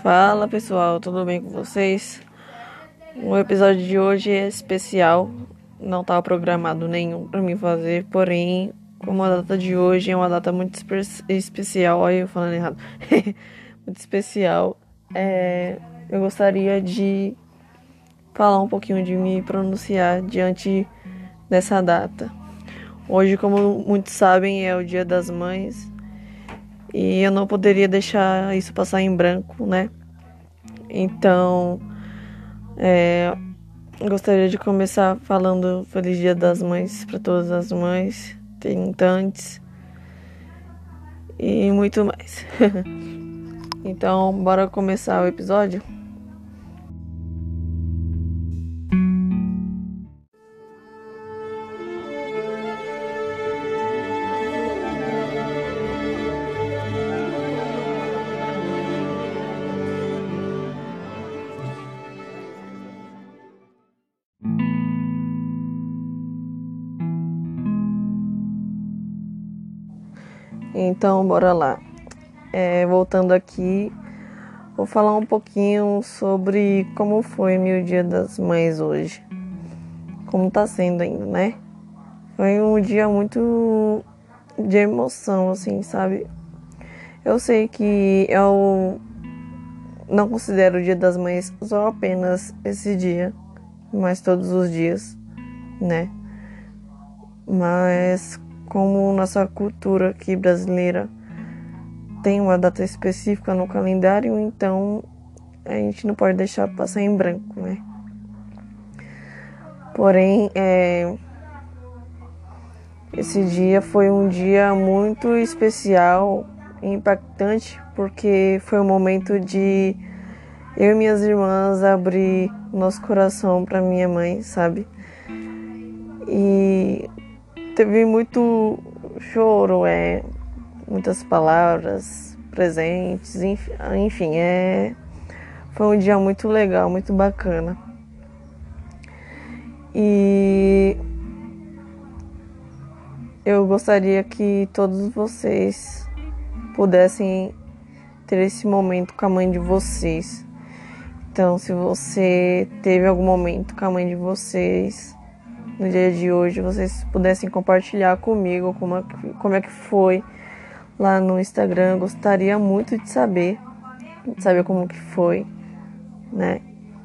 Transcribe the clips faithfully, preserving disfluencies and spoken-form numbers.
Fala pessoal, tudo bem com vocês? O episódio de hoje é especial, não estava programado nenhum para mim fazer, porém, como a data de hoje é uma data muito espe- especial, olha eu falando errado, muito especial, é, eu gostaria de falar um pouquinho, de me pronunciar diante dessa data. Hoje, como muitos sabem, é o Dia das Mães e eu não poderia deixar isso passar em branco, né? Então, é, gostaria de começar falando Feliz Dia das Mães para todas as mães, tentantes e muito mais. Então, bora começar o episódio? Então, bora lá. É, voltando aqui, vou falar um pouquinho sobre como foi meu Dia das Mães hoje. Como tá sendo ainda, né? Foi um dia muito de emoção, assim, sabe? Eu sei que eu não considero o Dia das Mães só apenas esse dia, mas todos os dias, né? Mas como nossa cultura aqui brasileira tem uma data específica no calendário, então a gente não pode deixar passar em branco, né? Porém, é, esse dia foi um dia muito especial e impactante, porque foi um momento de eu e minhas irmãs abrir nosso coração para minha mãe, sabe? E teve muito choro, é, muitas palavras, presentes, enfim, enfim é, foi um dia muito legal, muito bacana. E eu gostaria que todos vocês pudessem ter esse momento com a mãe de vocês. Então, se você teve algum momento com a mãe de vocês no dia de hoje, vocês pudessem compartilhar comigo como é que, como é que foi lá no Instagram. Eu gostaria muito de saber, de saber como que foi, né?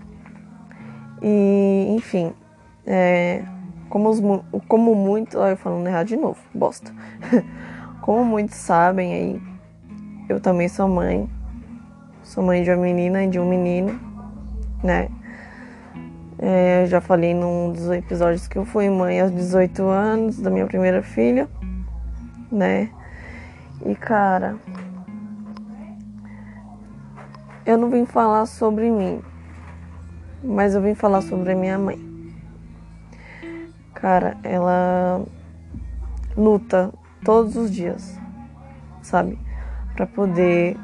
E, enfim, é, como, os, como muitos... Olha, eu falando errado de novo, bosta. Como muitos sabem aí, eu também sou mãe. Sou mãe de uma menina e de um menino, né? É, eu já falei num dos episódios que eu fui mãe aos dezoito anos da minha primeira filha, né? E, cara, eu não vim falar sobre mim, mas eu vim falar sobre a minha mãe. Cara, ela luta todos os dias, sabe? Pra poder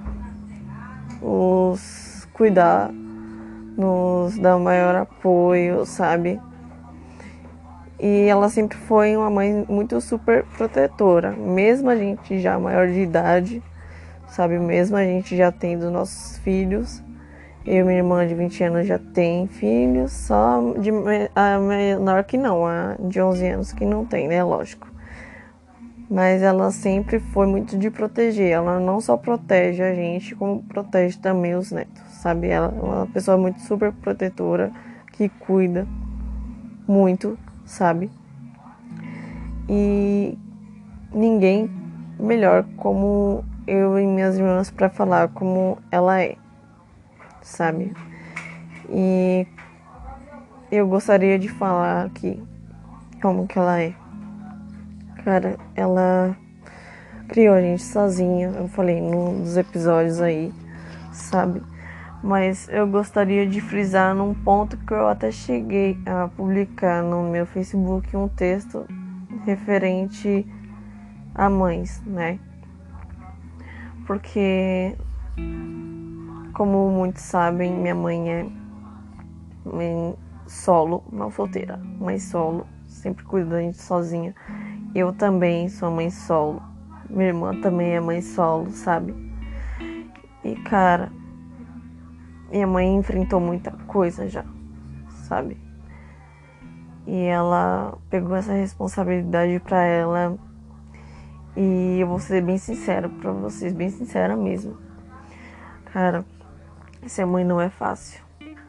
os cuidar, nos dar o maior apoio, sabe? E ela sempre foi uma mãe muito super protetora, mesmo a gente já maior de idade, sabe? Mesmo a gente já tendo nossos filhos. Eu e minha irmã de vinte anos já tem filhos, só de, a menor que não, a de onze anos que não tem, né? Lógico. Mas ela sempre foi muito de proteger. Ela não só protege a gente, como protege também os netos, sabe? Ela é uma pessoa muito super protetora, que cuida muito, sabe? E ninguém melhor como eu e minhas irmãs para falar como ela é, sabe? E eu gostaria de falar aqui como que ela é. Cara, ela criou a gente sozinha, eu falei num dos episódios aí, sabe? Mas eu gostaria de frisar num ponto que eu até cheguei a publicar no meu Facebook um texto referente a mães, né? Porque, como muitos sabem, minha mãe é mãe solo, não solteira, mãe solo, sempre cuida da gente sozinha. Eu também sou mãe solo, minha irmã também é mãe solo, sabe? E, cara, minha mãe enfrentou muita coisa já, sabe? E ela pegou essa responsabilidade pra ela. E eu vou ser bem sincera pra vocês, bem sincera mesmo. Cara, ser mãe não é fácil.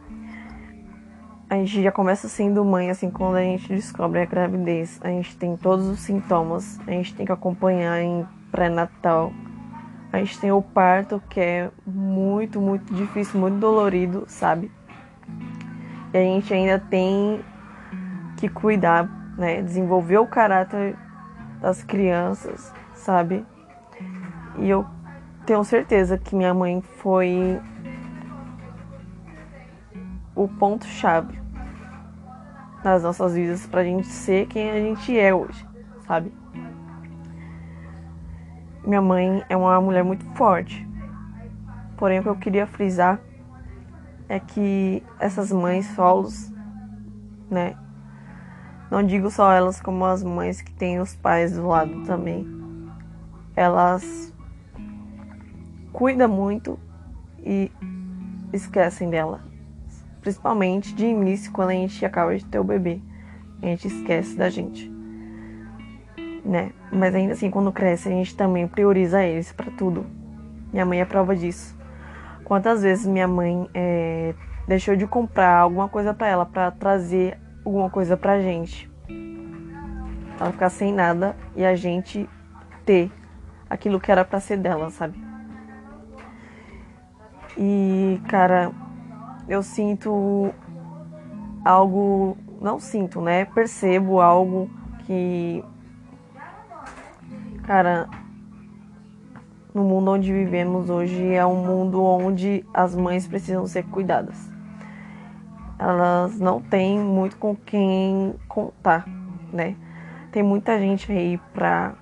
A gente já começa sendo mãe, assim, quando a gente descobre a gravidez. A gente tem todos os sintomas, a gente tem que acompanhar em pré-natal. A gente tem o parto, que é muito, muito difícil, muito dolorido, sabe? E a gente ainda tem que cuidar, né? Desenvolver o caráter das crianças, sabe? E eu tenho certeza que minha mãe foi o ponto-chave nas nossas vidas pra gente ser quem a gente é hoje, sabe? Minha mãe é uma mulher muito forte. Porém, o que eu queria frisar é que essas mães solos, né? Não digo só elas como as mães que têm os pais do lado também. Elas cuidam muito e esquecem dela. Principalmente de início, quando a gente acaba de ter o bebê. A gente esquece da gente, né? Mas ainda assim, quando cresce, a gente também prioriza eles pra tudo. Minha mãe é prova disso. Quantas vezes minha mãe é, deixou de comprar alguma coisa pra ela, pra trazer alguma coisa pra gente. Ela ficar sem nada e a gente ter aquilo que era pra ser dela, sabe? E, cara, eu sinto algo... Não sinto, né? Percebo algo que... Cara, no mundo onde vivemos hoje é um mundo onde as mães precisam ser cuidadas. Elas não têm muito com quem contar, né? Tem muita gente aí pra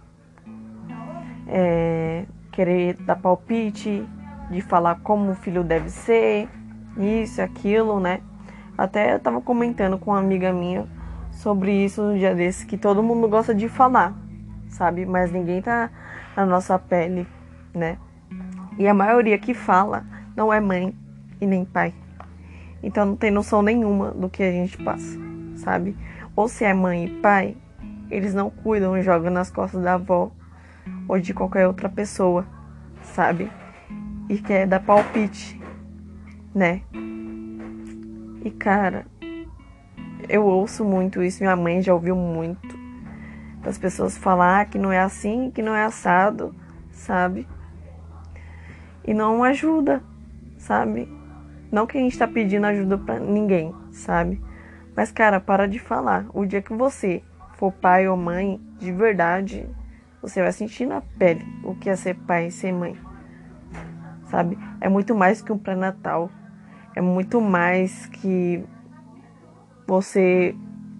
é, querer dar palpite, de falar como o filho deve ser, isso, aquilo, né? Até eu tava comentando com uma amiga minha sobre isso no dia desse, que todo mundo gosta de falar, sabe? Mas ninguém tá na nossa pele, né? E a maioria que fala não é mãe e nem pai. Então não tem noção nenhuma do que a gente passa, sabe? Ou se é mãe e pai, eles não cuidam e jogam nas costas da avó ou de qualquer outra pessoa, sabe? E quer dar palpite, né? E cara, eu ouço muito isso, minha mãe já ouviu muito. Das pessoas falar que não é assim, que não é assado, sabe? E não ajuda, sabe? Não que a gente tá pedindo ajuda pra ninguém, sabe? Mas, cara, para de falar. O dia que você for pai ou mãe, de verdade, você vai sentir na pele o que é ser pai e ser mãe, sabe? É muito mais que um pré-natal. É muito mais que você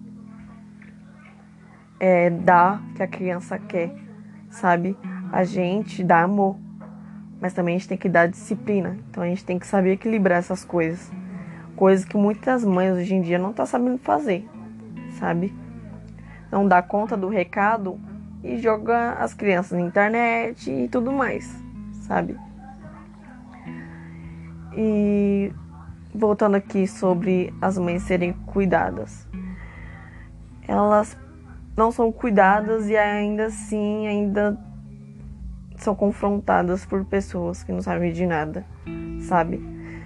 é, dá o que a criança quer, sabe? A gente dá amor, mas também a gente tem que dar disciplina. Então a gente tem que saber equilibrar essas coisas. Coisas que muitas mães hoje em dia não estão sabendo fazer, sabe? Não dá conta do recado e joga as crianças na internet e tudo mais, sabe? E voltando aqui sobre as mães serem cuidadas. Elas não são cuidadas e ainda assim ainda são confrontadas por pessoas que não sabem de nada, sabe?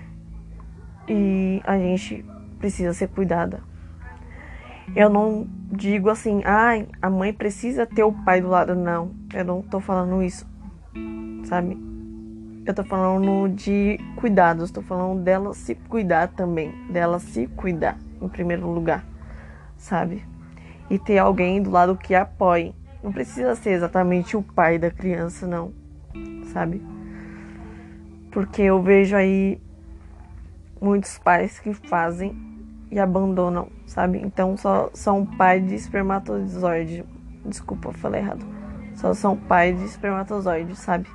E a gente precisa ser cuidada. Eu não digo assim, ai, ah, a mãe precisa ter o pai do lado, não. Eu não tô falando isso, sabe? Eu tô falando de cuidados, tô falando dela se cuidar também, dela se cuidar em primeiro lugar, sabe? E ter alguém do lado que apoie. Não precisa ser exatamente o pai da criança, não, sabe? Porque eu vejo aí muitos pais que fazem e abandonam, sabe? Então só são pai de espermatozoide. Desculpa, eu falei errado. Só são pai de espermatozoide, sabe?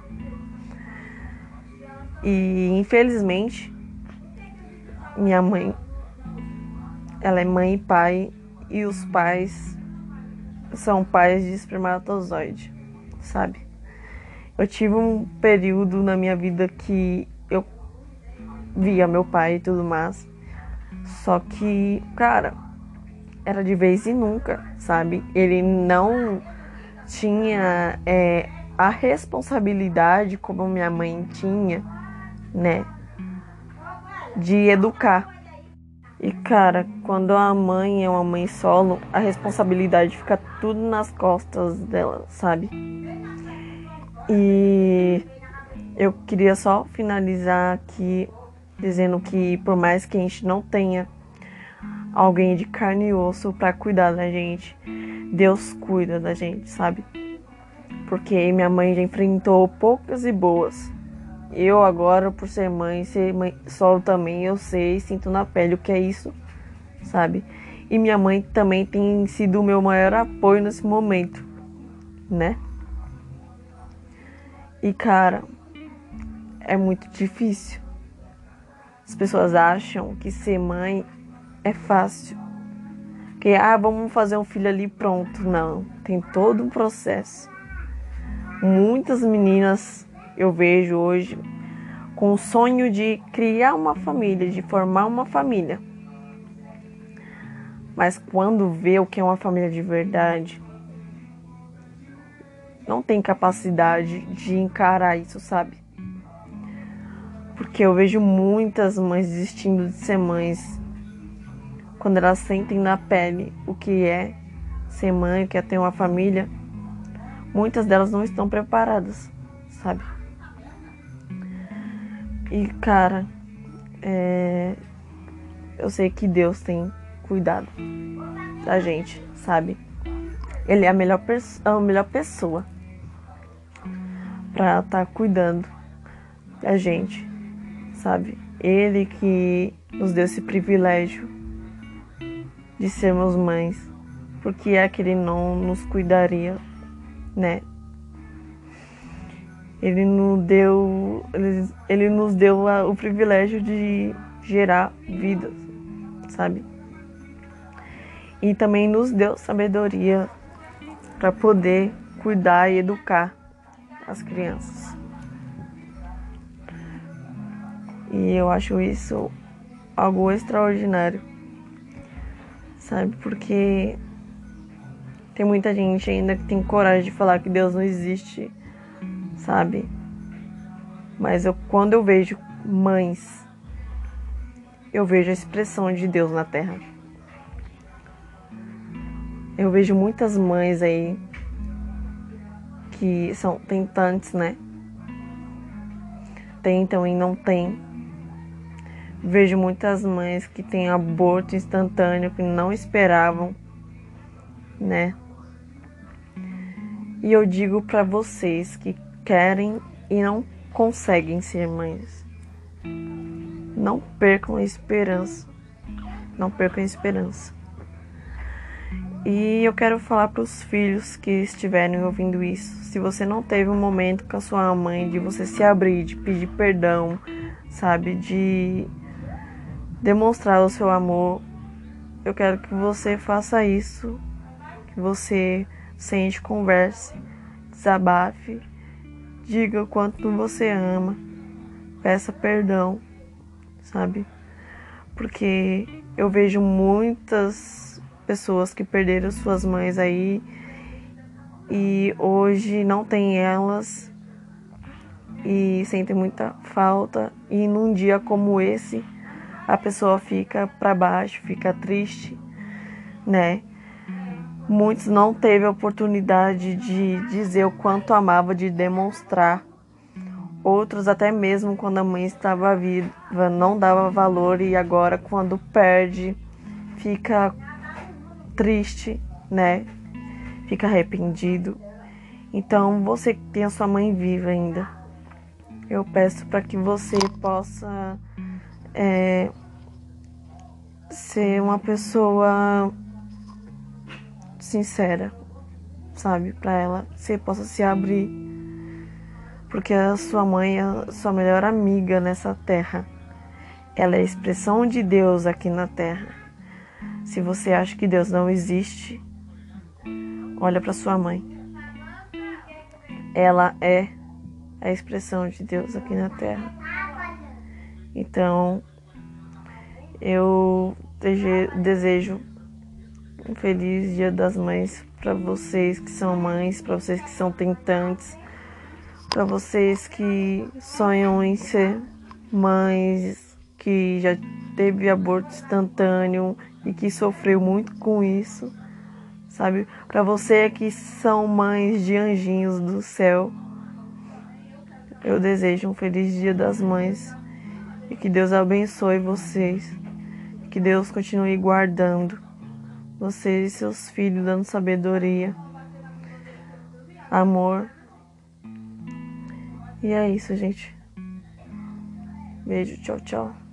E infelizmente minha mãe, ela é mãe e pai, e os pais são pais de espermatozoide, sabe? Eu tive um período na minha vida que eu via meu pai e tudo mais. Só que, cara, era de vez em nunca, sabe? Ele não tinha é, a responsabilidade como minha mãe tinha, né? De educar. E, cara, quando a mãe é uma mãe solo, a responsabilidade fica tudo nas costas dela, sabe? E eu queria só finalizar aqui dizendo que por mais que a gente não tenha alguém de carne e osso pra cuidar da gente, Deus cuida da gente, sabe? Porque minha mãe já enfrentou poucas e boas. Eu agora, por ser mãe, ser mãe solo também, eu sei, sinto na pele o que é isso, sabe? E minha mãe também tem sido o meu maior apoio nesse momento, né? E, cara, é muito difícil. As pessoas acham que ser mãe é fácil. Que, ah, vamos fazer um filho ali, pronto. Não, tem todo um processo. Muitas meninas eu vejo hoje com o sonho de criar uma família, de formar uma família. Mas quando vê o que é uma família de verdade, não tem capacidade de encarar isso, sabe? Porque eu vejo muitas mães desistindo de ser mães quando elas sentem na pele o que é ser mãe, o que é ter uma família. Muitas delas não estão preparadas, sabe? E, cara, é... eu sei que Deus tem cuidado da gente, sabe? Ele é a melhor, perso- a melhor pessoa pra estar cuidando da gente, sabe? Ele que nos deu esse privilégio de sermos mães, porque é que ele não nos cuidaria, né? Ele nos deu, ele, ele nos deu a, o privilégio de gerar vidas, sabe? E também nos deu sabedoria para poder cuidar e educar as crianças. E eu acho isso algo extraordinário, sabe? Porque tem muita gente ainda que tem coragem de falar que Deus não existe, sabe? Mas eu, quando eu vejo mães, eu vejo a expressão de Deus na terra. Eu vejo muitas mães aí que são tentantes, né? Tentam e não tem. Vejo muitas mães que têm aborto instantâneo, que não esperavam, né? E eu digo pra vocês que querem e não conseguem ser mães, não percam a esperança. Não percam a esperança. E eu quero falar para os filhos que estiverem ouvindo isso. Se você não teve um momento com a sua mãe de você se abrir, de pedir perdão, sabe? De demonstrar o seu amor, eu quero que você faça isso. Que você sente, converse, desabafe, diga o quanto você ama, peça perdão, sabe? Porque eu vejo muitas pessoas que perderam suas mães aí e hoje não tem elas e sentem muita falta, e num dia como esse a pessoa fica para baixo, fica triste, né? Muitos não teve a oportunidade de dizer o quanto amava, de demonstrar. Outros até mesmo quando a mãe estava viva não dava valor, e agora quando perde fica triste, né? Fica arrependido. Então você que tem a sua mãe viva ainda, eu peço para que você possa é, ser uma pessoa sincera, sabe? Para ela, você possa se abrir, porque a sua mãe é a sua melhor amiga nessa terra. Ela é a expressão de Deus aqui na terra. Se você acha que Deus não existe, olha para sua mãe. Ela é a expressão de Deus aqui na terra. Então, eu desejo um feliz Dia das Mães para vocês que são mães, para vocês que são tentantes, para vocês que sonham em ser mães, que já teve aborto instantâneo e que sofreu muito com isso, sabe? Para você que são mães de anjinhos do céu, eu desejo um feliz Dia das Mães e que Deus abençoe vocês, que Deus continue guardando vocês e seus filhos, dando sabedoria, amor. E é isso, gente. Beijo, tchau, tchau.